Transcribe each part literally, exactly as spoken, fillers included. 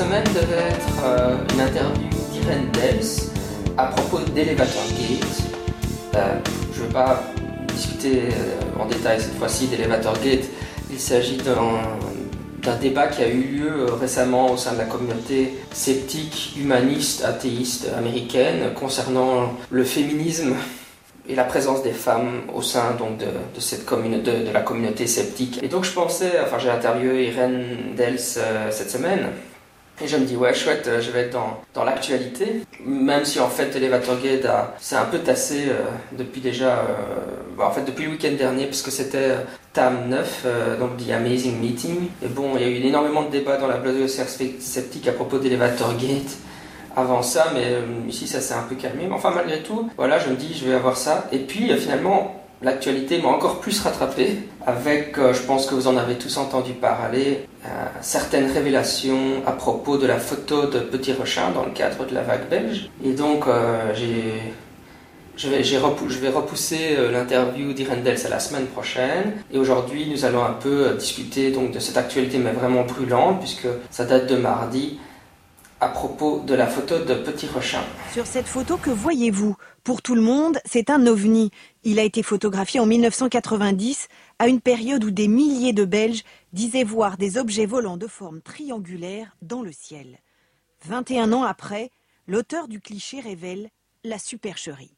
semaine devait être euh, une interview d'Irene Dels à propos d'Elevator Gate. Euh, je ne vais pas discuter euh, en détail cette fois-ci d'Elevator Gate. Il s'agit d'un, d'un débat qui a eu lieu euh, récemment au sein de la communauté sceptique, humaniste, athéiste américaine concernant le féminisme et la présence des femmes au sein donc, de, de, cette commune, de, de la communauté sceptique. Et donc je pensais, enfin j'ai interviewé Irene Dels euh, cette semaine, et je me dis ouais chouette, je vais être dans, dans l'actualité, même si en fait Elevator Gate a, c'est un peu tassé euh, depuis déjà, euh, bah, en fait depuis le week-end dernier, parce que c'était euh, T A M neuf, euh, donc The Amazing Meeting, et bon il y a eu énormément de débats dans la blogosphère sceptique à propos d'Elevator Gate avant ça, mais euh, ici ça s'est un peu calmé. Mais enfin malgré tout, voilà, je me dis je vais avoir ça. Et puis euh, finalement, l'actualité m'a encore plus rattrapé avec, euh, je pense que vous en avez tous entendu parler, euh, certaines révélations à propos de la photo de Petit Rechin dans le cadre de la vague belge. Et donc euh, j'ai, je, vais, j'ai repou- je vais repousser euh, l'interview d'Irene Dels à la semaine prochaine. Et aujourd'hui, nous allons un peu euh, discuter donc, de cette actualité, mais vraiment brûlante, puisque ça date de mardi, à propos de la photo de Petit Rechin. Sur cette photo, que voyez-vous ? Pour tout le monde, c'est un ovni. Il a été photographié en mille neuf cent quatre-vingt-dix, à une période où des milliers de Belges disaient voir des objets volants de forme triangulaire dans le ciel. vingt et un ans après, l'auteur du cliché révèle la supercherie.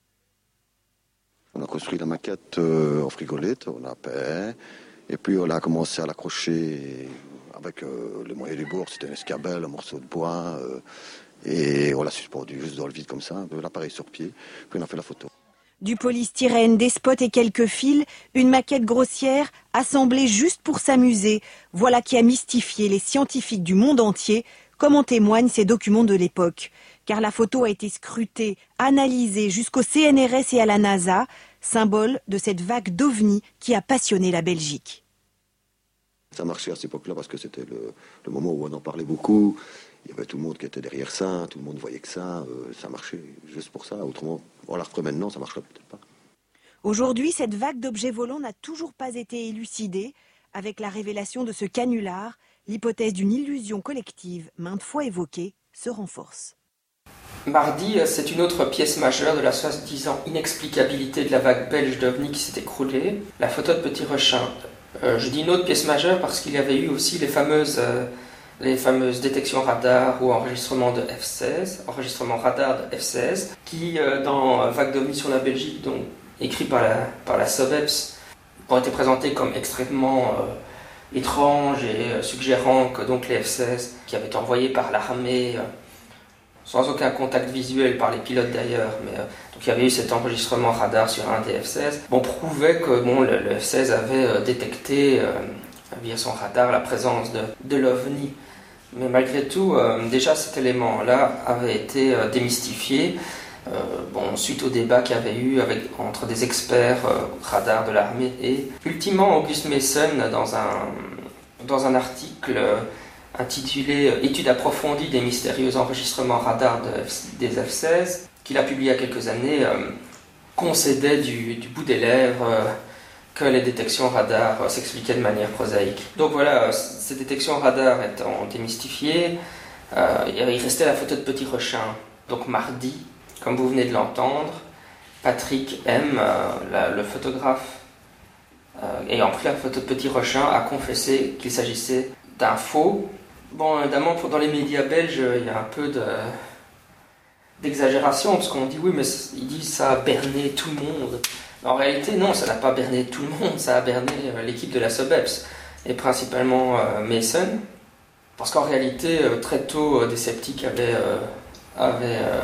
On a construit la maquette euh, en frigolette, on a peint, et puis on a commencé à l'accrocher avec euh, les moyens du bord, c'était un escabelle, un morceau de bois, euh, et on l'a suspendu juste dans le vide comme ça, un peu l'appareil sur pied, puis on a fait la photo. Du polystyrène, des spots et quelques fils, une maquette grossière assemblée juste pour s'amuser. Voilà qui a mystifié les scientifiques du monde entier, comme en témoignent ces documents de l'époque. Car la photo a été scrutée, analysée jusqu'au C N R S et à la NASA, symbole de cette vague d'ovnis qui a passionné la Belgique. Ça marchait à cette époque-là parce que c'était le, le moment où on en parlait beaucoup. Il y avait tout le monde qui était derrière ça, tout le monde voyait que ça. Euh, ça marchait juste pour ça. Autrement, on la referait maintenant, ça ne marcherait peut-être pas. Aujourd'hui, cette vague d'objets volants n'a toujours pas été élucidée. Avec la révélation de ce canular, l'hypothèse d'une illusion collective, maintes fois évoquée, se renforce. Mardi, c'est une autre pièce majeure de la soi-disant inexplicabilité de la vague belge d'ovnis qui s'est écroulée, la photo de Petit Rechin. Euh, je dis une autre pièce majeure parce qu'il y avait eu aussi les fameuses, euh, les fameuses détections radar ou enregistrements de F seize, enregistrements radar de F seize, qui euh, dans Vague d'ovnis sur la Belgique, donc écrit par la, par la SOBEPS, ont été présentés comme extrêmement euh, étranges et euh, suggérant que donc les F seize, qui avaient été envoyés par l'armée, euh, sans aucun contact visuel par les pilotes d'ailleurs, mais euh, donc il y avait eu cet enregistrement radar sur un des F seize, bon, prouvait que bon, le, le F seize avait euh, détecté euh, via son radar la présence de, de l'OVNI. Mais malgré tout, euh, déjà cet élément-là avait été euh, démystifié, euh, bon, suite au débat qu'il y avait eu avec, entre des experts euh, radar de l'armée et ultimement August Mason dans un, dans un article euh, intitulé « Étude approfondie des mystérieux enregistrements radar de F, des F seize », qu'il a publié il y a quelques années, euh, concédait du, du bout des lèvres euh, que les détections radar euh, s'expliquaient de manière prosaïque. Donc voilà, euh, ces détections radar étant démystifiées, euh, il restait la photo de Petit Rechin. Donc mardi, comme vous venez de l'entendre, Patrick M, euh, la, le photographe euh, ayant pris la photo de Petit Rechin, a confessé qu'il s'agissait d'un faux. Bon, évidemment, dans les médias belges, il y a un peu de, d'exagération, parce qu'on dit oui, mais ils disent ça a berné tout le monde. Mais en réalité, non, ça n'a pas berné tout le monde, ça a berné l'équipe de la SOBEPS, et principalement euh, Mason, parce qu'en réalité, euh, très tôt, euh, des sceptiques avaient, euh, avaient euh,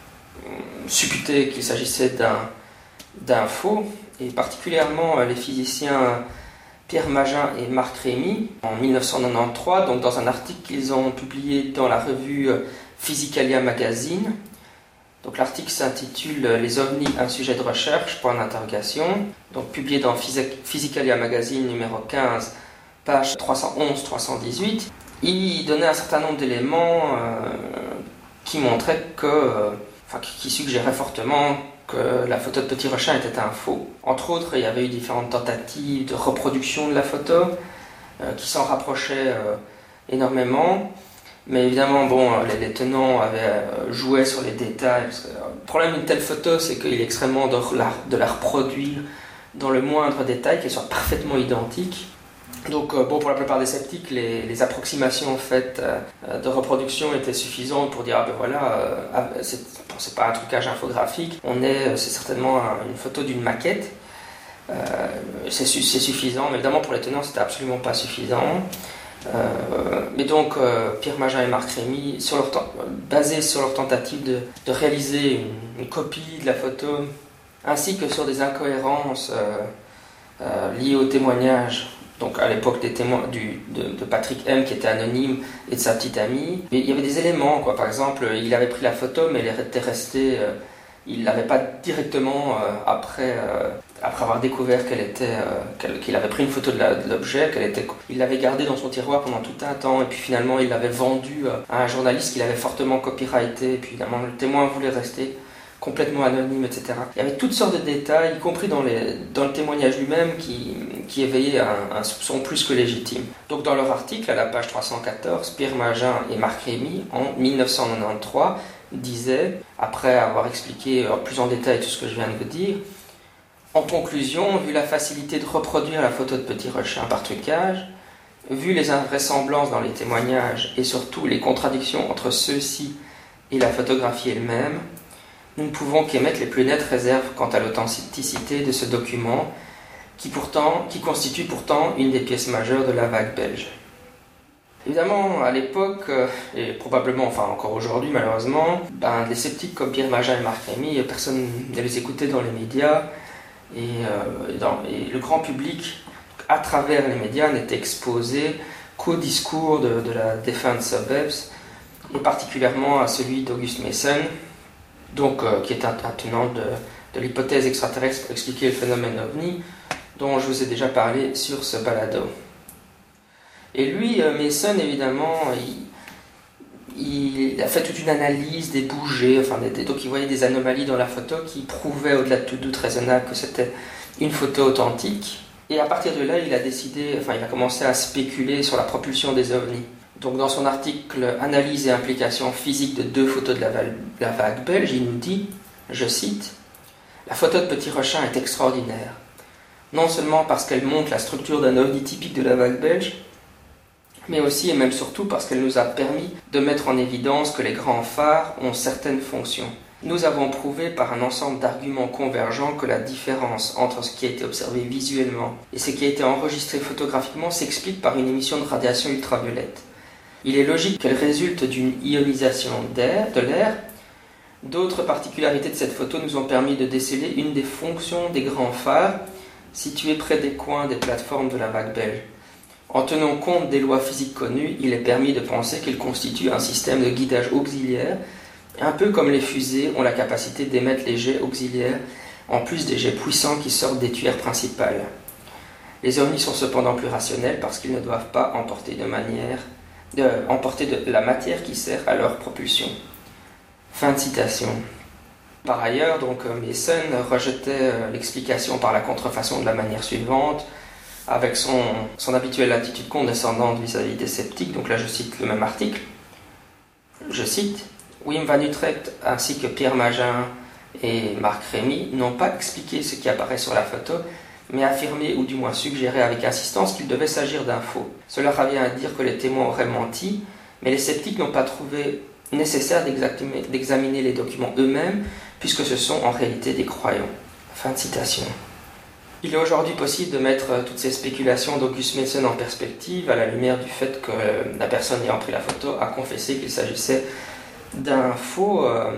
supputé qu'il s'agissait d'un, d'un faux, et particulièrement euh, les physiciens Pierre Magin et Marc Rémy, en dix-neuf cent quatre-vingt-treize, donc dans un article qu'ils ont publié dans la revue Physicalia Magazine. Donc l'article s'intitule « Les ovnis, un sujet de recherche », point d'interrogation. Donc publié dans Physicalia Magazine numéro quinze, page trois cent onze à trois cent dix-huit. Il donnait un certain nombre d'éléments euh, qui montraient que, euh, enfin qui suggéraient fortement que la photo de Petit Rechin était un faux. Entre autres, il y avait eu différentes tentatives de reproduction de la photo euh, qui s'en rapprochaient euh, énormément. Mais évidemment, bon, les, les tenants avaient joué sur les détails. Parce que le problème d'une telle photo, c'est qu'il est extrêmement de la, de la reproduire dans le moindre détail, qu'elle soit parfaitement identique. Donc, euh, bon, pour la plupart des sceptiques, les, les approximations faites euh, de reproduction étaient suffisantes pour dire, ah ben voilà, euh, c'est, bon, c'est pas un trucage infographique, on est, c'est certainement un, une photo d'une maquette. Euh, c'est, c'est suffisant, mais évidemment pour les tenants, c'était absolument pas suffisant. Euh, mais donc, euh, Pierre Magin et Marc Rémy, sur leur temps, basés sur leur tentative de, de réaliser une, une copie de la photo, ainsi que sur des incohérences euh, euh, liées au témoignage. Donc à l'époque des témoins du, de, de Patrick M qui était anonyme et de sa petite amie. Mais il y avait des éléments, quoi. Par exemple, il avait pris la photo mais elle était restée, euh, il l'avait pas directement euh, après, euh, après avoir découvert qu'elle était, euh, qu'elle, qu'il avait pris une photo de, la, de l'objet, qu'elle était, il l'avait gardée dans son tiroir pendant tout un temps et puis finalement il l'avait vendue euh, à un journaliste qui l'avait fortement copyrighté et puis évidemment le témoin voulait rester complètement anonyme, et cetera. Il y avait toutes sortes de détails, y compris dans, les, dans le témoignage lui-même, qui, qui éveillaient un, un soupçon plus que légitime. Donc dans leur article, à la page trois cent quatorze, Pierre Magin et Marc Rémy, en dix-neuf cent quatre-vingt-treize, disaient, après avoir expliqué plus en détail tout ce que je viens de vous dire, en conclusion, vu la facilité de reproduire la photo de Petit Rechin par trucage, vu les invraisemblances dans les témoignages et surtout les contradictions entre ceux-ci et la photographie elle-même, nous ne pouvons qu'émettre les plus nettes réserves quant à l'authenticité de ce document qui, pourtant, qui constitue pourtant une des pièces majeures de la vague belge. Évidemment, à l'époque, et probablement, enfin encore aujourd'hui malheureusement, ben, les sceptiques comme Pierre Magin et Marc Rémy, personne ne les écoutait dans les médias et, euh, dans, et le grand public, à travers les médias, n'était exposé qu'au discours de, de la défunte Sobebs et particulièrement à celui d'Auguste Meessen, donc, euh, qui est un, un tenant de, de l'hypothèse extraterrestre pour expliquer le phénomène ovni, dont je vous ai déjà parlé sur ce balado. Et lui, euh, Meessen, évidemment, il, il a fait toute une analyse des bougées, enfin, des, des, donc il voyait des anomalies dans la photo qui prouvaient, au-delà de tout doute raisonnable, que c'était une photo authentique. Et à partir de là, il a décidé, enfin, il a commencé à spéculer sur la propulsion des ovnis. Donc dans son article « Analyse et implication physique de deux photos de la, val- la vague belge », il nous dit, je cite, « La photo de Petit Rechin est extraordinaire, non seulement parce qu'elle montre la structure d'un ovni typique de la vague belge, mais aussi et même surtout parce qu'elle nous a permis de mettre en évidence que les grands phares ont certaines fonctions. Nous avons prouvé par un ensemble d'arguments convergents que la différence entre ce qui a été observé visuellement et ce qui a été enregistré photographiquement s'explique par une émission de radiation ultraviolette. Il est logique qu'elle résulte d'une ionisation d'air, de l'air. D'autres particularités de cette photo nous ont permis de déceler une des fonctions des grands phares situés près des coins des plateformes de la vague belge. En tenant compte des lois physiques connues, il est permis de penser qu'ils constituent un système de guidage auxiliaire, un peu comme les fusées ont la capacité d'émettre les jets auxiliaires, en plus des jets puissants qui sortent des tuyères principales. Les ovnis sont cependant plus rationnels parce qu'ils ne doivent pas emporter de manière de emporter de la matière qui sert à leur propulsion. Fin de citation. Par ailleurs, donc, Meessen rejetait l'explication par la contrefaçon de la manière suivante, avec son, son habituelle attitude condescendante vis-à-vis des sceptiques. Donc là, je cite le même article. Je cite, « Wim van Utrecht ainsi que Pierre Magin et Marc Rémy n'ont pas expliqué ce qui apparaît sur la photo, mais affirmé ou du moins suggéré avec insistance qu'il devait s'agir d'un faux. Cela revient à dire que les témoins auraient menti, mais les sceptiques n'ont pas trouvé nécessaire d'examiner les documents eux-mêmes, puisque ce sont en réalité des croyants. » Fin de citation. Il est aujourd'hui possible de mettre toutes ces spéculations d'Auguste Meessen en perspective à la lumière du fait que la personne ayant pris la photo a confessé qu'il s'agissait d'un faux, euh,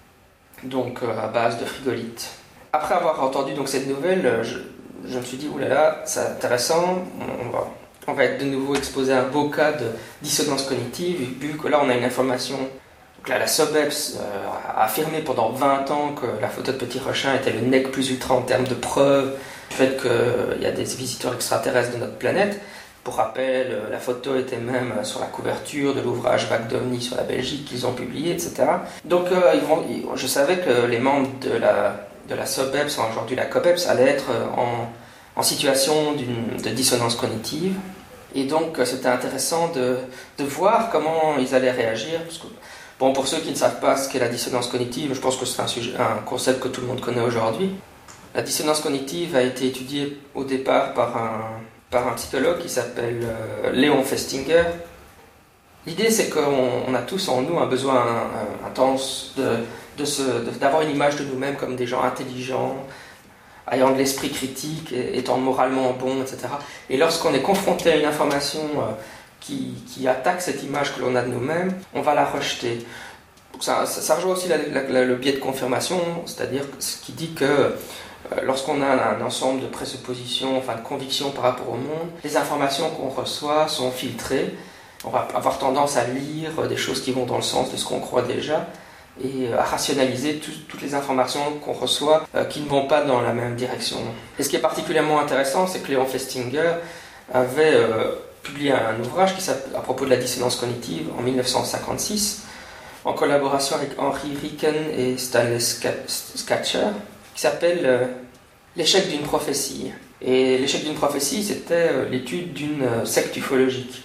donc euh, à base de frigolite. Après avoir entendu donc cette nouvelle, je, je me suis dit, oulala, c'est intéressant, on va, on va être de nouveau exposé à un beau cas de dissonance cognitive, vu que là on a une information. Donc là, la Sobebs euh, a affirmé pendant vingt ans que la photo de Petit Rechin était le nec plus ultra en termes de preuves du fait qu'il y a des visiteurs extraterrestres de notre planète. Pour rappel, la photo était même sur la couverture de l'ouvrage Vague d'OVNI sur la Belgique qu'ils ont publié, et cetera. Donc euh, ils vont, ils, je savais que les membres de la, de la Sobebs, aujourd'hui la Cobeps, allaient être en, en situation d'une, de dissonance cognitive. Et donc c'était intéressant de, de voir comment ils allaient réagir. Parce que, bon, pour ceux qui ne savent pas ce qu'est la dissonance cognitive, je pense que c'est un, sujet, un concept que tout le monde connaît aujourd'hui. La dissonance cognitive a été étudiée au départ par un, par un psychologue qui s'appelle euh, Léon Festinger. L'idée, c'est qu'on on a tous en nous un besoin un, un, intense de, de se, de, d'avoir une image de nous-mêmes comme des gens intelligents, ayant de l'esprit critique, étant moralement bons, et cetera. Et lorsqu'on est confronté à une information euh, qui, qui attaque cette image que l'on a de nous-mêmes, on va la rejeter. Donc ça, ça, ça rejoint aussi la, la, la, le biais de confirmation, c'est-à-dire ce qui dit que euh, lorsqu'on a un, un ensemble de présuppositions, enfin de convictions par rapport au monde, les informations qu'on reçoit sont filtrées. On va avoir tendance à lire des choses qui vont dans le sens de ce qu'on croit déjà et à rationaliser tout, toutes les informations qu'on reçoit euh, qui ne vont pas dans la même direction. Et ce qui est particulièrement intéressant, c'est que Léon Festinger avait euh, publié un ouvrage qui s'appelle, à propos de la dissonance cognitive en dix-neuf cent cinquante-six, en collaboration avec Henry Ricken et Stanley Scatcher, qui s'appelle euh, L'échec d'une prophétie. Et l'échec d'une prophétie, c'était euh, l'étude d'une euh, secte ufologique.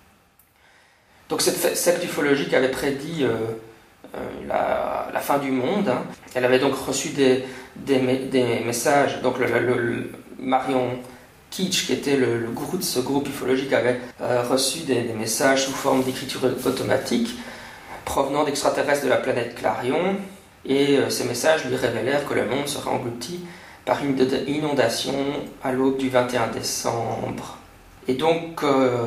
Donc cette secte ufologique avait prédit euh, euh, la, la fin du monde. Hein. Elle avait donc reçu des, des, des messages. Donc le, le, le Marion Kitch, qui était le, le gourou de ce groupe ufologique, avait euh, reçu des, des messages sous forme d'écriture automatique provenant d'extraterrestres de la planète Clarion. Et euh, ces messages lui révélèrent que le monde serait englouti par une inondation à l'aube du vingt et un décembre. Et donc, euh,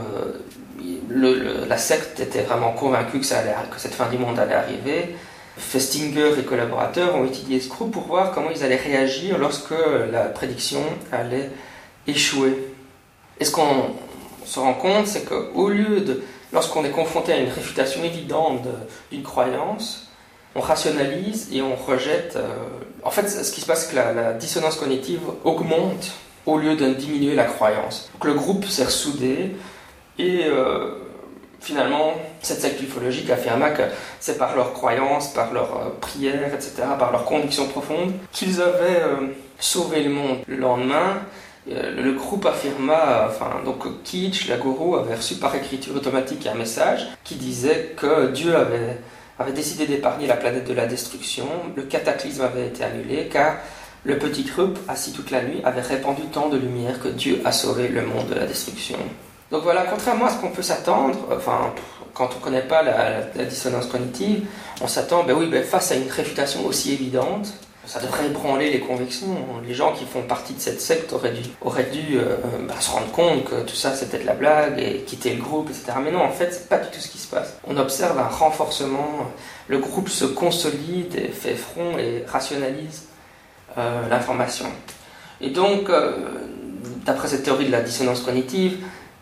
le, le, la secte était vraiment convaincue que, ça allait, que cette fin du monde allait arriver. Festinger et collaborateurs ont étudié ce groupe pour voir comment ils allaient réagir lorsque la prédiction allait échouer. Et ce qu'on se rend compte, c'est qu'au lieu de, lorsqu'on est confronté à une réfutation évidente de, d'une croyance, on rationalise et on rejette. Euh, en fait, ce qui se passe, c'est que la, la dissonance cognitive augmente au lieu de diminuer la croyance. Donc le groupe s'est ressoudé et euh, finalement, cette secte ufologique affirma que c'est par leur croyance, par leur euh, prière, et cetera, par leur conviction profonde, qu'ils avaient euh, sauvé le monde. Le lendemain, euh, le groupe affirma, enfin, donc Kitch, la gourou, avait reçu par écriture automatique un message qui disait que Dieu avait, avait décidé d'épargner la planète de la destruction, le cataclysme avait été annulé, car le petit groupe, assis toute la nuit, avait répandu tant de lumière que Dieu a sauvé le monde de la destruction. Donc voilà, contrairement à ce qu'on peut s'attendre, enfin, quand on ne connaît pas la, la, la dissonance cognitive, on s'attend, ben oui, ben face à une réfutation aussi évidente, ça devrait ébranler les convictions. Les gens qui font partie de cette secte auraient dû, auraient dû euh, ben, se rendre compte que tout ça c'était de la blague et quitter le groupe, et cetera. Mais non, en fait, c'est pas du tout ce qui se passe. On observe un renforcement, le groupe se consolide, et fait front et rationalise Euh, l'information. Et donc, euh, d'après cette théorie de la dissonance cognitive,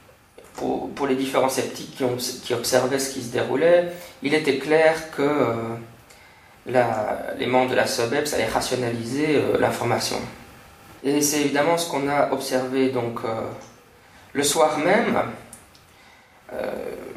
pour, pour les différents sceptiques qui, ont, qui observaient ce qui se déroulait, il était clair que euh, la, les membres de la SOBEPS allaient rationaliser euh, l'information. Et c'est évidemment ce qu'on a observé donc, euh, le soir même. Euh,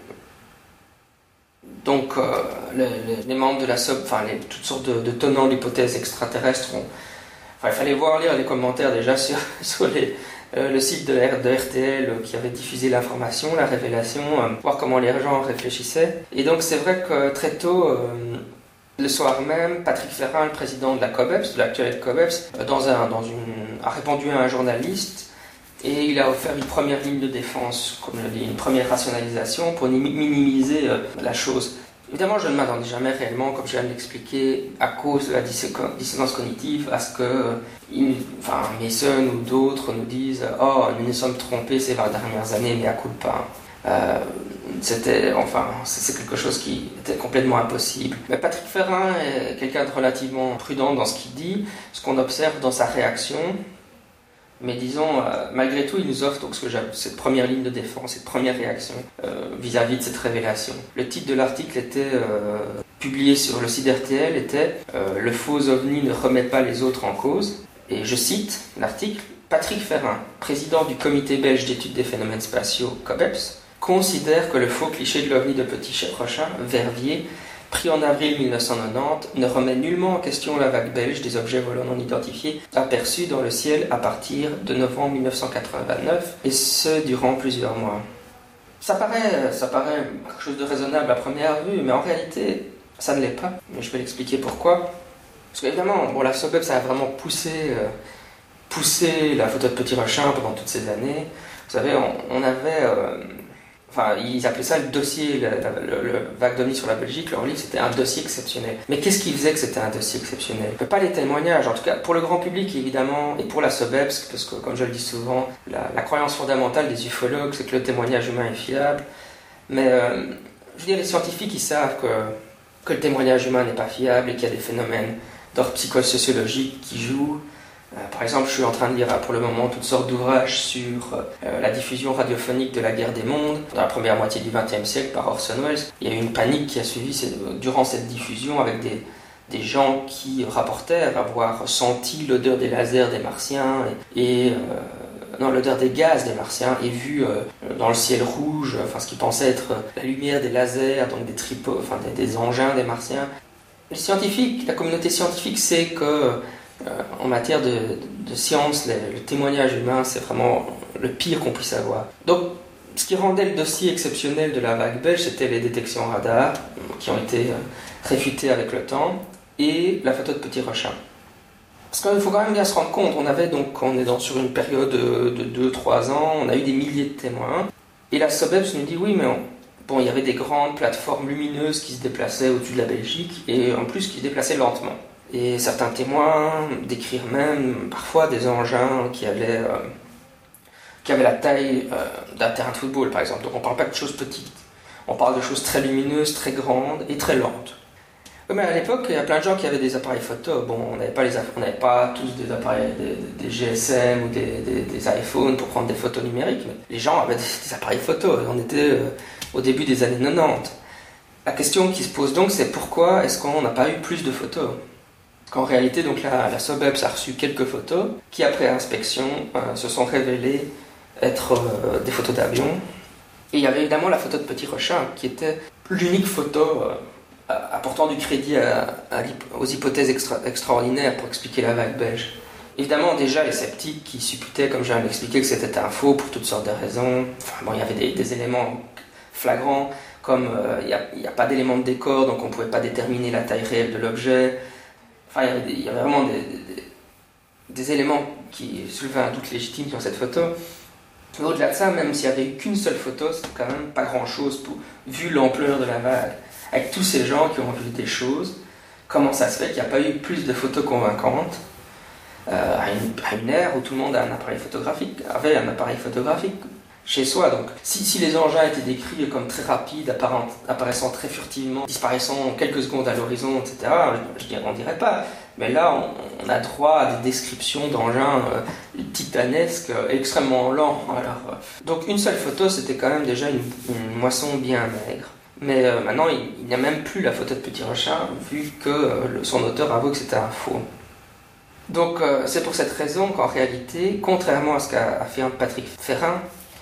donc, euh, les, les, les membres de la SOB, enfin, les, toutes sortes de, de tenants d'hypothèses extraterrestres ont Enfin, il fallait voir, lire les commentaires déjà sur, sur les, euh, le site de, la, de R T L euh, qui avait diffusé l'information, la révélation, euh, voir comment les gens réfléchissaient. Et donc c'est vrai que très tôt, euh, le soir même, Patrick Ferrin, le président de la COBEPS, de l'actuelle COBEPS, euh, dans un, dans une, a répondu à un journaliste et il a offert une première ligne de défense, comme je dis, une première rationalisation pour minimiser euh, la chose. Évidemment, je ne m'attendais jamais réellement, comme je viens de l'expliquer, à cause de la dissonance cognitive, à ce que euh, enfin, Mason ou d'autres nous disent « Oh, nous nous sommes trompés ces vingt dernières années, mais à coup de pain. Euh, » C'était, enfin, c'est quelque chose qui était complètement impossible. Mais Patrick Ferrin est quelqu'un de relativement prudent dans ce qu'il dit, ce qu'on observe dans sa réaction. Mais disons, euh, malgré tout, il nous offre donc ce que cette première ligne de défense, cette première réaction euh, vis-à-vis de cette révélation. Le titre de l'article était euh, publié sur le site R T L, était euh, « Le faux ovni ne remet pas les autres en cause ». Et je cite l'article « Patrick Ferrin, président du comité belge d'études des phénomènes spatiaux COBEPS, considère que le faux cliché de l'ovni de Petit Prochain, Verviers, pris en avril mille neuf cent quatre-vingt-dix, ne remet nullement en question la vague belge des objets volants non identifiés aperçus dans le ciel à partir de novembre mille neuf cent quatre-vingt-neuf, et ce durant plusieurs mois. Ça paraît, ça paraît quelque chose de raisonnable à première vue, mais en réalité, ça ne l'est pas. Mais je vais l'expliquer pourquoi. Parce qu'évidemment, bon, la SOBEP, ça a vraiment poussé, euh, poussé la photo de Petit Rochin pendant toutes ces années. Vous savez, on, on avait... Euh, enfin, ils appelaient ça le dossier, le, le, le vague d'OVNI sur la Belgique. Leur livre, c'était un dossier exceptionnel. Mais qu'est-ce qui faisait que c'était un dossier exceptionnel? Pas les témoignages, en tout cas, pour le grand public, évidemment, et pour la SOBEP, parce que, comme je le dis souvent, la, la croyance fondamentale des ufologues, c'est que le témoignage humain est fiable. Mais, euh, je veux dire, les scientifiques, ils savent que, que le témoignage humain n'est pas fiable et qu'il y a des phénomènes d'ordre psychosociologique qui jouent. Euh, par exemple, je suis en train de lire pour le moment toutes sortes d'ouvrages sur euh, la diffusion radiophonique de la guerre des mondes dans la première moitié du vingtième siècle par Orson Welles. Il y a eu une panique qui a suivi ces, durant cette diffusion avec des, des gens qui rapportèrent avoir senti l'odeur des lasers des Martiens et, et euh, non, l'odeur des gaz des Martiens et vu euh, dans le ciel rouge, enfin ce qu'ils pensaient être la lumière des lasers, donc des tripots, enfin des, des engins des Martiens. Les scientifiques, la communauté scientifique sait que euh, en matière de, de, de science, le, le témoignage humain, c'est vraiment le pire qu'on puisse avoir. Donc, ce qui rendait le dossier exceptionnel de la vague belge, c'était les détections radar, qui ont été euh, réfutées avec le temps, et la photo de Petit Rochin. Parce qu'il faut quand même bien se rendre compte, on avait donc, on est dans, sur une période de deux trois ans, on a eu des milliers de témoins, et la SOBEP nous dit oui, mais on, bon, il y avait des grandes plateformes lumineuses qui se déplaçaient au-dessus de la Belgique, et en plus qui se déplaçaient lentement. Et certains témoins décrivent même parfois des engins qui avaient, euh, qui avaient la taille euh, d'un terrain de football, par exemple. Donc on ne parle pas de choses petites, on parle de choses très lumineuses, très grandes et très lentes. Mais à l'époque, il y a plein de gens qui avaient des appareils photo. Bon, on n'avait pas, les, on n'avait pas tous des appareils, des, des G S M ou des, des, des iPhones pour prendre des photos numériques, mais les gens avaient des, des appareils photo. On était euh, au début des années quatre-vingt-dix. La question qui se pose donc, c'est pourquoi est-ce qu'on n'a pas eu plus de photos? Qu'en réalité, donc la, la SOBEP a reçu quelques photos qui, après inspection, euh, se sont révélées être euh, des photos d'avion. Et il y avait évidemment la photo de Petit Rochin, qui était l'unique photo euh, apportant du crédit à, à, aux hypothèses extra, extraordinaires pour expliquer la vague belge. Évidemment, déjà, les sceptiques qui supputaient, comme je viens de l'expliquer, que c'était un faux pour toutes sortes de raisons. Enfin, bon, il y avait des, des éléments flagrants, comme euh, il n'y a, a pas d'éléments de décor, donc on ne pouvait pas déterminer la taille réelle de l'objet. Enfin, il y avait, des, il y avait vraiment des, des, des éléments qui soulevaient un doute légitime sur cette photo. Mais au-delà de ça, même s'il n'y avait eu qu'une seule photo, c'était quand même pas grand-chose, pour, vu l'ampleur de la vague. Avec tous ces gens qui ont vu des choses, comment ça se fait qu'il n'y a pas eu plus de photos convaincantes euh, à, une, à une ère où tout le monde a un appareil photographique, avait un appareil photographique chez soi. Donc, si, si les engins étaient décrits comme très rapides, apparaissant très furtivement, disparaissant en quelques secondes à l'horizon, et cetera, je, je, on ne dirait pas. Mais là, on, on a droit à des descriptions d'engins euh, titanesques, euh, extrêmement lents. Alors, euh, donc, une seule photo, c'était quand même déjà une, une moisson bien maigre. Mais euh, maintenant, il, il n'y a même plus la photo de Petit Rochin, vu que euh, le, son auteur avoue que c'était un faux. Donc, euh, c'est pour cette raison qu'en réalité, contrairement à ce qu'a affirmé Patrick Ferrin,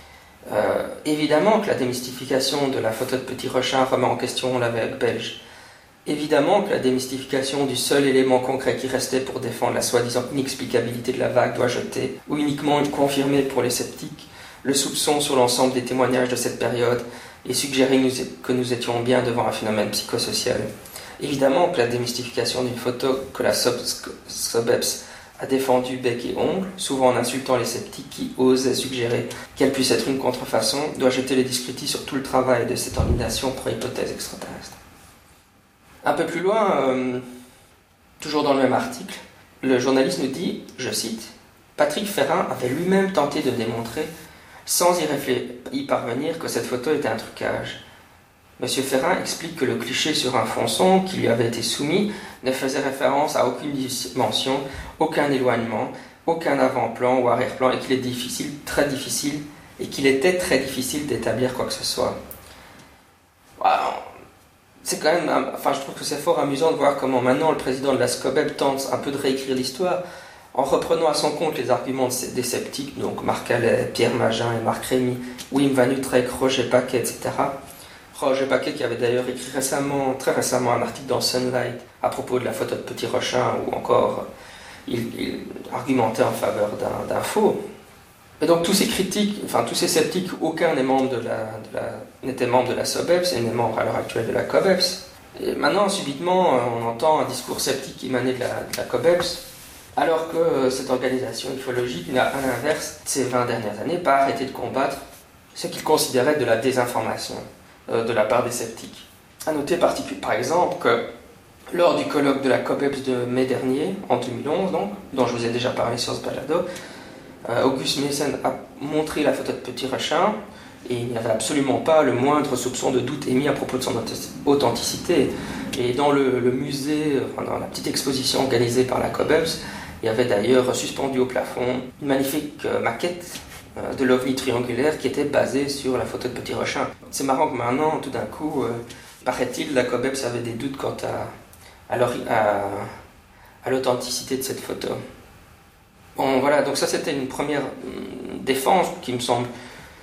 euh, évidemment que la démystification de la photo de Petit Rochin remet en question la vague belge. Évidemment que la démystification du seul élément concret qui restait pour défendre la soi-disant inexplicabilité de la vague doit jeter, ou uniquement confirmer pour les sceptiques, le soupçon sur l'ensemble des témoignages de cette période, et suggérer que nous étions bien devant un phénomène psychosocial. Évidemment que la démystification d'une photo que la SOBEPS a défendue bec et ongle, souvent en insultant les sceptiques qui osaient suggérer qu'elle puisse être une contrefaçon, doit jeter les discrédits sur tout le travail de cette organisation pour hypothèse extraterrestre. Un peu plus loin, euh, toujours dans le même article, le journaliste nous dit, je cite, « Patrick Ferrin avait lui-même tenté de démontrer sans y, y parvenir que cette photo était un trucage. Monsieur Ferrin explique que le cliché sur un fond sombre qui lui avait été soumis ne faisait référence à aucune dimension, aucun éloignement, aucun avant-plan ou arrière-plan et qu'il est difficile, très difficile, et qu'il était très difficile d'établir quoi que ce soit. Wow. C'est quand même, enfin je trouve que c'est fort amusant de voir comment maintenant le président de la SOBEP tente un peu de réécrire l'histoire, en reprenant à son compte les arguments des sceptiques, donc Marc Allais, Pierre Magin et Marc Rémy, Wim Van Utrecht, Roger Paquet, et cetera. Roger Paquet qui avait d'ailleurs écrit récemment, très récemment un article dans Sunlight à propos de la photo de Petit Rochin, où encore il, il argumentait en faveur d'un, d'un faux. Et donc tous ces critiques, enfin tous ces sceptiques, aucun n'est membre de la, de la, n'était membre de la SOBEPS et n'est membre à l'heure actuelle de la COBEPS. Et maintenant, subitement, on entend un discours sceptique émaner de la, de la COBEPS, alors que cette organisation ufologique n'a, à l'inverse, ces vingt dernières années, pas arrêté de combattre ce qu'il considérait de la désinformation euh, de la part des sceptiques. À noter par exemple que lors du colloque de la COBEPS de mai dernier, en deux mille onze donc, dont je vous ai déjà parlé sur ce balado, euh, August Messen a montré la photo de Petit Rechin, et il n'y avait absolument pas le moindre soupçon de doute émis à propos de son authenticité. Et dans le, le musée, enfin dans la petite exposition organisée par la COBEPS, il y avait d'ailleurs suspendu au plafond une magnifique euh, maquette euh, de l'OVNI triangulaire qui était basée sur la photo de Petit Rechin. C'est marrant que maintenant, tout d'un coup, euh, paraît-il, la COBEPS avait des doutes quant à, à, à, à l'authenticité de cette photo. Bon, voilà, donc ça c'était une première euh, défense qui me semble...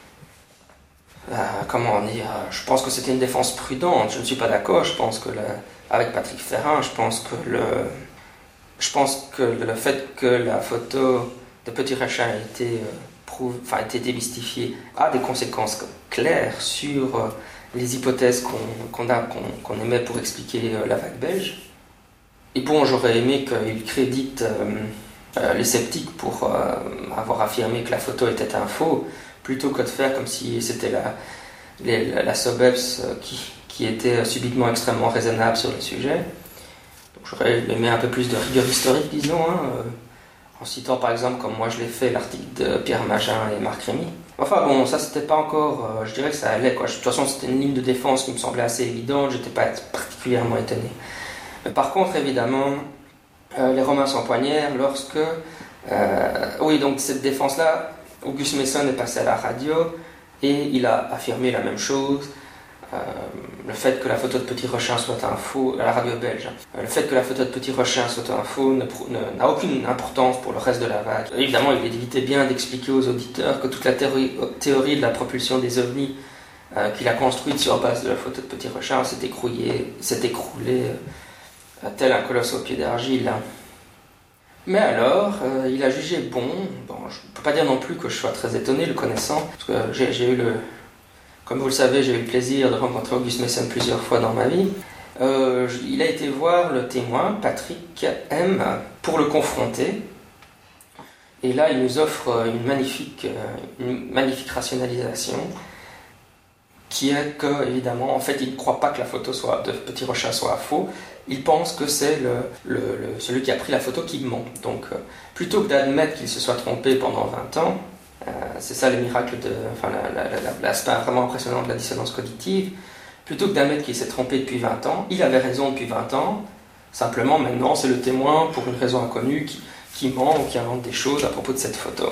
Euh, comment dire, je pense que c'était une défense prudente. Je ne suis pas d'accord. Je pense que le, avec Patrick Ferrin, je pense que le, je pense que le fait que la photo de Petit Rechin a été, euh, prouve, enfin, a été démystifiée a des conséquences claires sur euh, les hypothèses qu'on, qu'on, a, qu'on, qu'on émet pour expliquer euh, la vague belge. Et bon, j'aurais aimé qu'il crédite euh, euh, les sceptiques pour euh, avoir affirmé que la photo était un faux, plutôt que de faire comme si c'était la, les, la SOBEPS qui, qui était subitement extrêmement raisonnable sur le sujet. Donc j'aurais aimé un peu plus de rigueur historique, disons, hein, euh, en citant par exemple, comme moi je l'ai fait, l'article de Pierre Magin et Marc Rémy. Enfin bon, ça c'était pas encore, euh, je dirais que ça allait, quoi. De toute façon c'était une ligne de défense qui me semblait assez évidente, j'étais pas particulièrement étonné. Mais par contre, évidemment, euh, les Romains s'empoignèrent lorsque... Euh, oui, donc cette défense-là, August Messen est passé à la radio et il a affirmé la même chose. Euh, le fait que la photo de Petit Rechin soit un faux, à la radio belge, euh, le fait que la photo de Petit Rechin soit un faux ne, ne, n'a aucune importance pour le reste de la vague. Évidemment, il évitait bien d'expliquer aux auditeurs que toute la théorie, théorie de la propulsion des ovnis euh, qu'il a construite sur base de la photo de Petit Rechin s'est écroulée, s'est écroulée euh, tel un colosse au pied d'argile. Mais alors, euh, il a jugé bon, bon je ne peux pas dire non plus que je sois très étonné le connaissant, parce que j'ai, j'ai eu le, comme vous le savez, j'ai eu le plaisir de rencontrer August Messen plusieurs fois dans ma vie. Euh, il a été voir le témoin, Patrick M, pour le confronter. Et là, il nous offre une magnifique, une magnifique rationalisation, qui est que, évidemment, en fait, il ne croit pas que la photo soit, de Petit Rechin soit faux. Il pense que c'est le, le, le, celui qui a pris la photo qui ment. Donc, euh, plutôt que d'admettre qu'il se soit trompé pendant vingt ans, euh, c'est ça le miracle, de, enfin, la, la, la, l'aspect vraiment impressionnant de la dissonance cognitive, plutôt que d'admettre qu'il s'est trompé depuis vingt ans, il avait raison depuis vingt ans, simplement maintenant c'est le témoin, pour une raison inconnue, qui, qui ment ou qui invente des choses à propos de cette photo.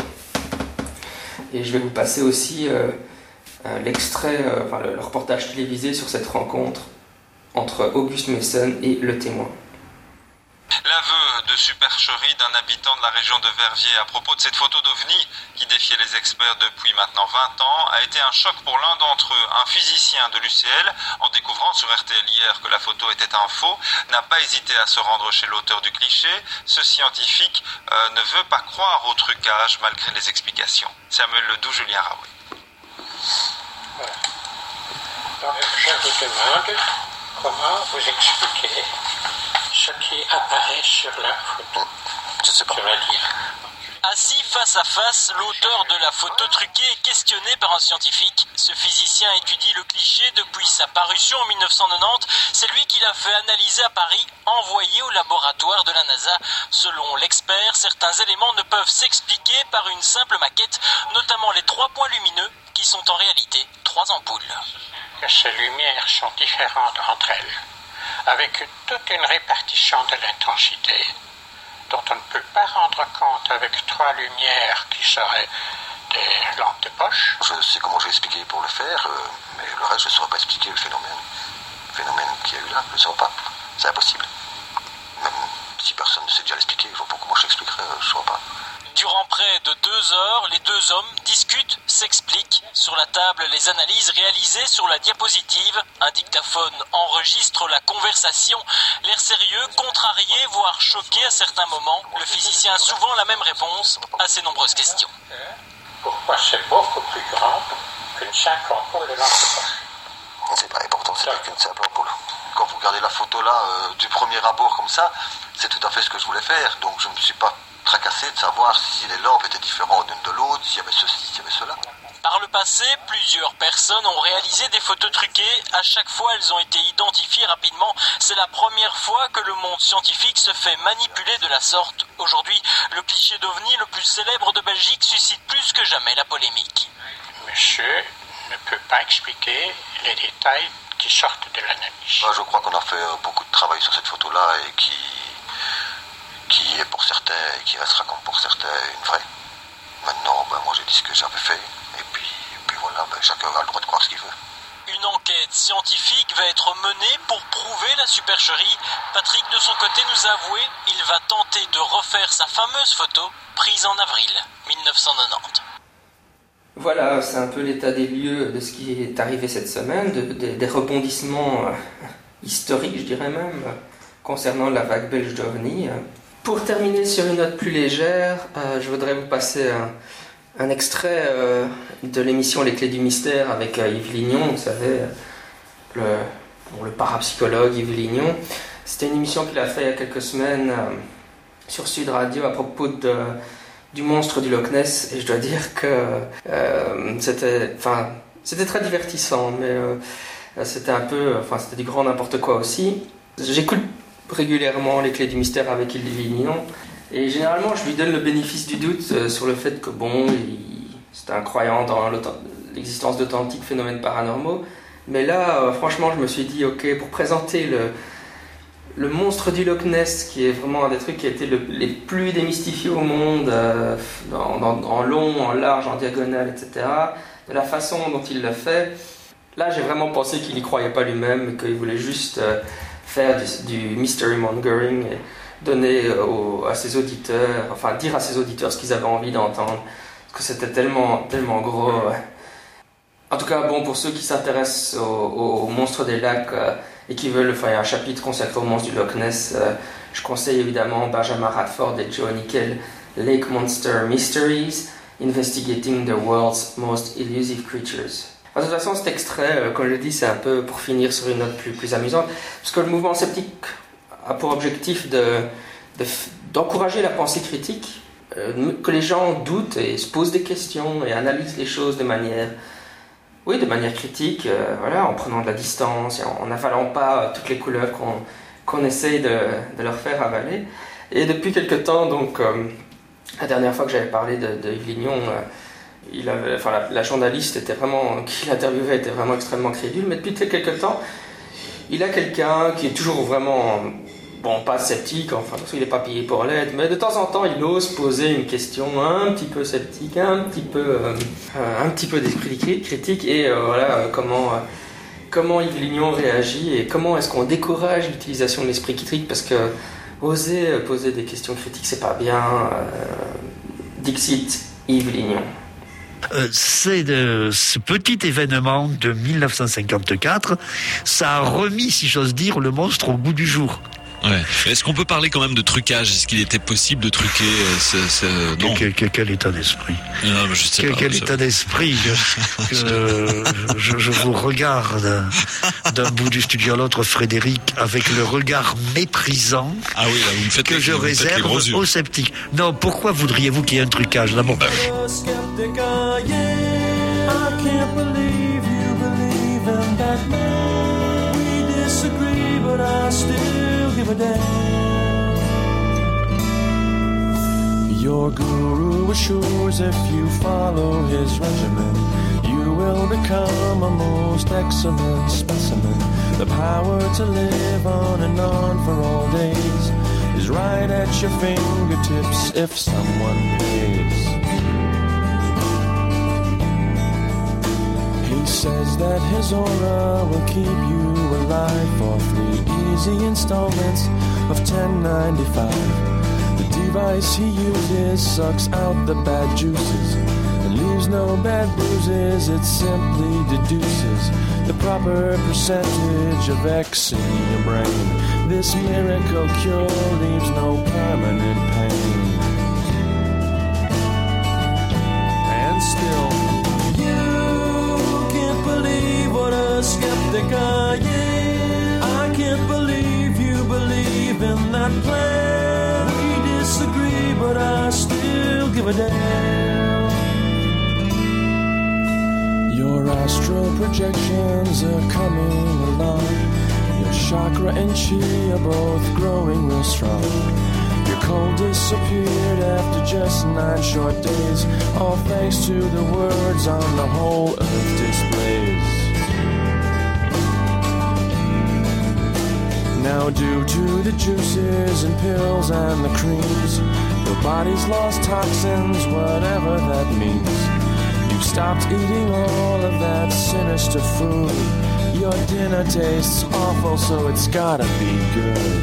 Et je vais vous passer aussi euh, euh, l'extrait, euh, enfin, le, le reportage télévisé sur cette rencontre entre August Messen et le témoin. L'aveu de supercherie d'un habitant de la région de Verviers à propos de cette photo d'OVNI qui défiait les experts depuis maintenant vingt ans a été un choc pour l'un d'entre eux. Un physicien de l'U C L, en découvrant sur R T L hier que la photo était un faux, n'a pas hésité à se rendre chez l'auteur du cliché. Ce scientifique euh, ne veut pas croire au trucage malgré les explications. Samuel Ledoux, Julien Raoui. Voilà. Donc je vous demande comment vous expliquez ce qui apparaît sur la photo. Je sais pas. Je vais dire. Assis face à face, l'auteur de la photo truquée est questionné par un scientifique. Ce physicien étudie le cliché depuis sa parution en dix-neuf cent quatre-vingt-dix. C'est lui qui l'a fait analyser à Paris, envoyé au laboratoire de la NASA. Selon l'expert, certains éléments ne peuvent s'expliquer par une simple maquette, notamment les trois points lumineux, qui sont en réalité trois ampoules. Que ces lumières sont différentes entre elles, avec toute une répartition de l'intensité, dont on ne peut pas rendre compte avec trois lumières qui seraient des lampes de poche. Je sais comment j'ai expliqué pour le faire, euh, mais le reste, je ne saurais pas expliquer le phénomène. Le phénomène qu'il y a eu là, je ne saurais pas. C'est impossible. Même si personne ne sait déjà l'expliquer, il faut pas que moi je l'expliquerai, je ne saurais pas. Durant près de deux heures, les deux hommes discutent, s'expliquent. Sur la table, les analyses réalisées sur la diapositive. Un dictaphone enregistre la conversation. L'air sérieux, contrarié, voire choqué à certains moments. Le physicien a souvent la même réponse à ses nombreuses questions. Pour Moi, c'est beaucoup plus grand qu'une simple ampoule de lampe de poche. C'est pas important, c'est pas qu'une simple ampoule. Quand vous regardez la photo là, euh, du premier abord comme ça, c'est tout à fait ce que je voulais faire. Donc je ne me suis pas tracassé de savoir si les lampes étaient différentes l'une de l'autre, s'il y avait ceci, s'il y avait cela. Par le passé, plusieurs personnes ont réalisé des photos truquées. À chaque fois, elles ont été identifiées rapidement. C'est la première fois que le monde scientifique se fait manipuler de la sorte. Aujourd'hui, le cliché d'OVNI le plus célèbre de Belgique suscite plus que jamais la polémique. Monsieur ne peut pas expliquer les détails qui sortent de l'analyse. Bah, je crois qu'on a fait euh, beaucoup de travail sur cette photo-là et qui, qui est pour certains et qui restera comme pour certains une vraie. Maintenant, ben, moi j'ai dit ce que j'avais fait et puis, et puis voilà, ben, chacun a le droit de croire ce qu'il veut. Une enquête scientifique va être menée pour prouver la supercherie. Patrick, de son côté, nous a avoué il va tenter de refaire sa fameuse photo prise en avril dix-neuf cent quatre-vingt-dix. Voilà, c'est un peu l'état des lieux de ce qui est arrivé cette semaine, de, de, des rebondissements euh, historiques, je dirais même, euh, concernant la vague belge d'OVNI. Pour terminer sur une note plus légère, euh, je voudrais vous passer un, un extrait euh, de l'émission Les Clés du Mystère avec euh, Yves Lignon, vous savez, le, bon, le parapsychologue Yves Lignon. C'était une émission qu'il a fait il y a quelques semaines euh, sur Sud Radio à propos de... du monstre du Loch Ness, et je dois dire que euh, c'était, enfin, c'était très divertissant, mais euh, c'était un peu, enfin, c'était du grand n'importe quoi aussi. J'écoute régulièrement Les Clés du Mystère avec Yves Lignon, et généralement je lui donne le bénéfice du doute euh, sur le fait que bon, il, c'était un croyant dans l'existence d'authentiques phénomènes paranormaux, mais là, euh, franchement, je me suis dit, ok, pour présenter le Le monstre du Loch Ness, qui est vraiment un des trucs qui a été le, les plus démystifiés au monde, euh, dans, dans, en long, en large, en diagonale, et cetera, de la façon dont il le fait, là j'ai vraiment pensé qu'il n'y croyait pas lui-même, qu'il voulait juste euh, faire du, du mystery mongering et donner au, à ses auditeurs, enfin dire à ses auditeurs ce qu'ils avaient envie d'entendre, parce que c'était tellement, tellement gros. Ouais. En tout cas, bon, pour ceux qui s'intéressent au, au, au monstre des lacs, euh, et qui veulent faire un chapitre consacré au monstre du Loch Ness, euh, je conseille évidemment Benjamin Radford et Joe Nickel, Lake Monster Mysteries, Investigating the World's Most Elusive Creatures. De toute façon, cet extrait, euh, comme je l'ai dit, c'est un peu pour finir sur une note plus, plus amusante, parce que le mouvement sceptique a pour objectif de, de, d'encourager la pensée critique, euh, que les gens doutent et se posent des questions et analysent les choses de manière... Oui, de manière critique, euh, voilà, en prenant de la distance, et en n'avalant pas euh, toutes les couleurs qu'on, qu'on essaye de, de leur faire avaler. Et depuis quelque temps, donc, euh, la dernière fois que j'avais parlé de, de Yves Lignon, euh, il avait, enfin, la, la journaliste était vraiment, qui l'interviewait était vraiment extrêmement crédule, mais depuis quelque temps, il a quelqu'un qui est toujours vraiment, bon, pas sceptique, enfin, parce qu'il n'est pas payé pour l'être, mais de temps en temps, il ose poser une question un petit peu sceptique, un petit peu, euh, un petit peu d'esprit critique, et euh, voilà, euh, comment, euh, comment Yves Lignon réagit, et comment est-ce qu'on décourage l'utilisation de l'esprit critique, parce que oser poser des questions critiques, c'est pas bien. Euh, Dixit, Yves Lignon. Euh, c'est de, ce petit événement de dix-neuf cent cinquante-quatre, ça a remis, si j'ose dire, le monstre au goût du jour. Ouais. Est-ce qu'on peut parler quand même de trucage ? Est-ce qu'il était possible de truquer euh, ce, ce... Non. Quel, quel, quel état d'esprit ? Non, mais je sais quel, pas, quel ça... état d'esprit que, que je, je vous regarde d'un bout du studio à l'autre, Frédéric, avec le regard méprisant ah oui, là, vous me faites que les, je vous réserve aux sceptiques. Non, pourquoi voudriez-vous qu'il y ait un trucage d'abord? Bah, Your guru assures if you follow his regimen, you will become a most excellent specimen. The power to live on and on for all days is right at your fingertips if someone pays. He says that his aura will keep you alive for three easy installments of ten ninety-five. The device he uses sucks out the bad juices and leaves no bad bruises. It simply deduces the proper percentage of X in your brain. This miracle cure leaves no permanent pain. And still, you can't believe what a skeptic I am. I can't believe you believe in that plan. We disagree, but I still give a damn. Your astral projections are coming along. Your chakra and chi are both growing real strong. Your cold disappeared after just nine short days, all thanks to the words on the whole earth displays. Now due to the juices and pills and the creams, your body's lost toxins, whatever that means. You've stopped eating all of that sinister food. Your dinner tastes awful, so it's gotta be good.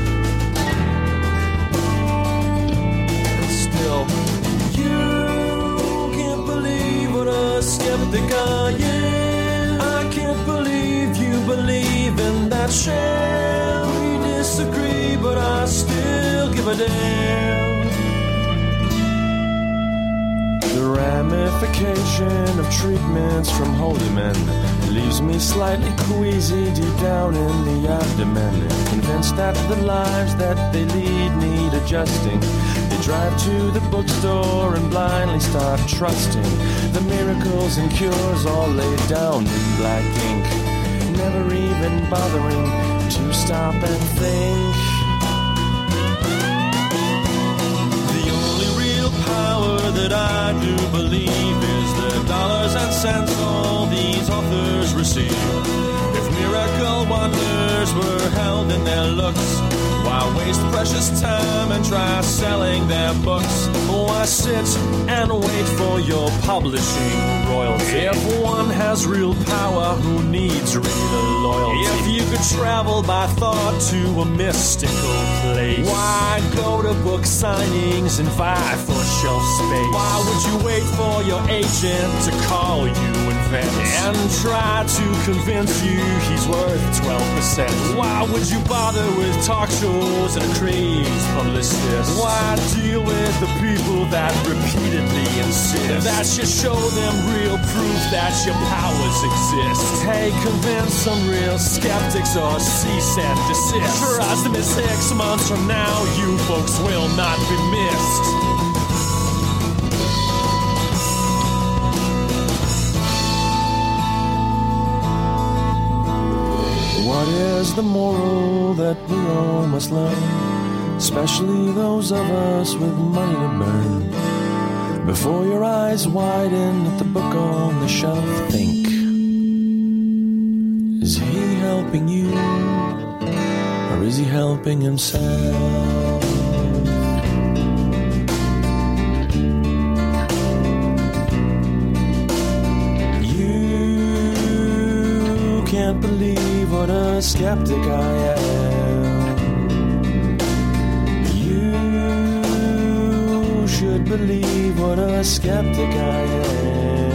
And still, you can't believe what a skeptic I am. I can't believe you believe in that sham. We disagree, but I still give a damn. The ramification of treatments from holy men leaves me slightly queasy deep down in the abdomen. Convinced that the lives that they lead need adjusting. They drive to the bookstore and blindly start trusting the miracles and cures all laid down in black ink, never even bothering to stop and think. Power that I do believe is the dollars and cents all these authors receive. If miracle wonders were held in their looks, why waste precious time and try selling their books? Why sit and wait for your publishing royalty? If one has real power, who needs real loyalty? If you could travel by thought to a mystical place, why go to book signings and vie for shelf space? Why would you wait for your agent to call you in Venice and try to convince you he's worth twelve percent? Why would you bother with talk shows and a crazed publicist? Why deal with the people that repeatedly insist that you show them real proof that your powers exist? Hey, convince some real skeptics or cease and desist. Trust me, six months from now, you folks will not be missed. What is the moral that we all must learn? Especially those of us with money to burn. Before your eyes widen at the book on the shelf, think, is he helping you, or is he helping himself? You can't believe what a skeptic I am. You should believe what a skeptic I am.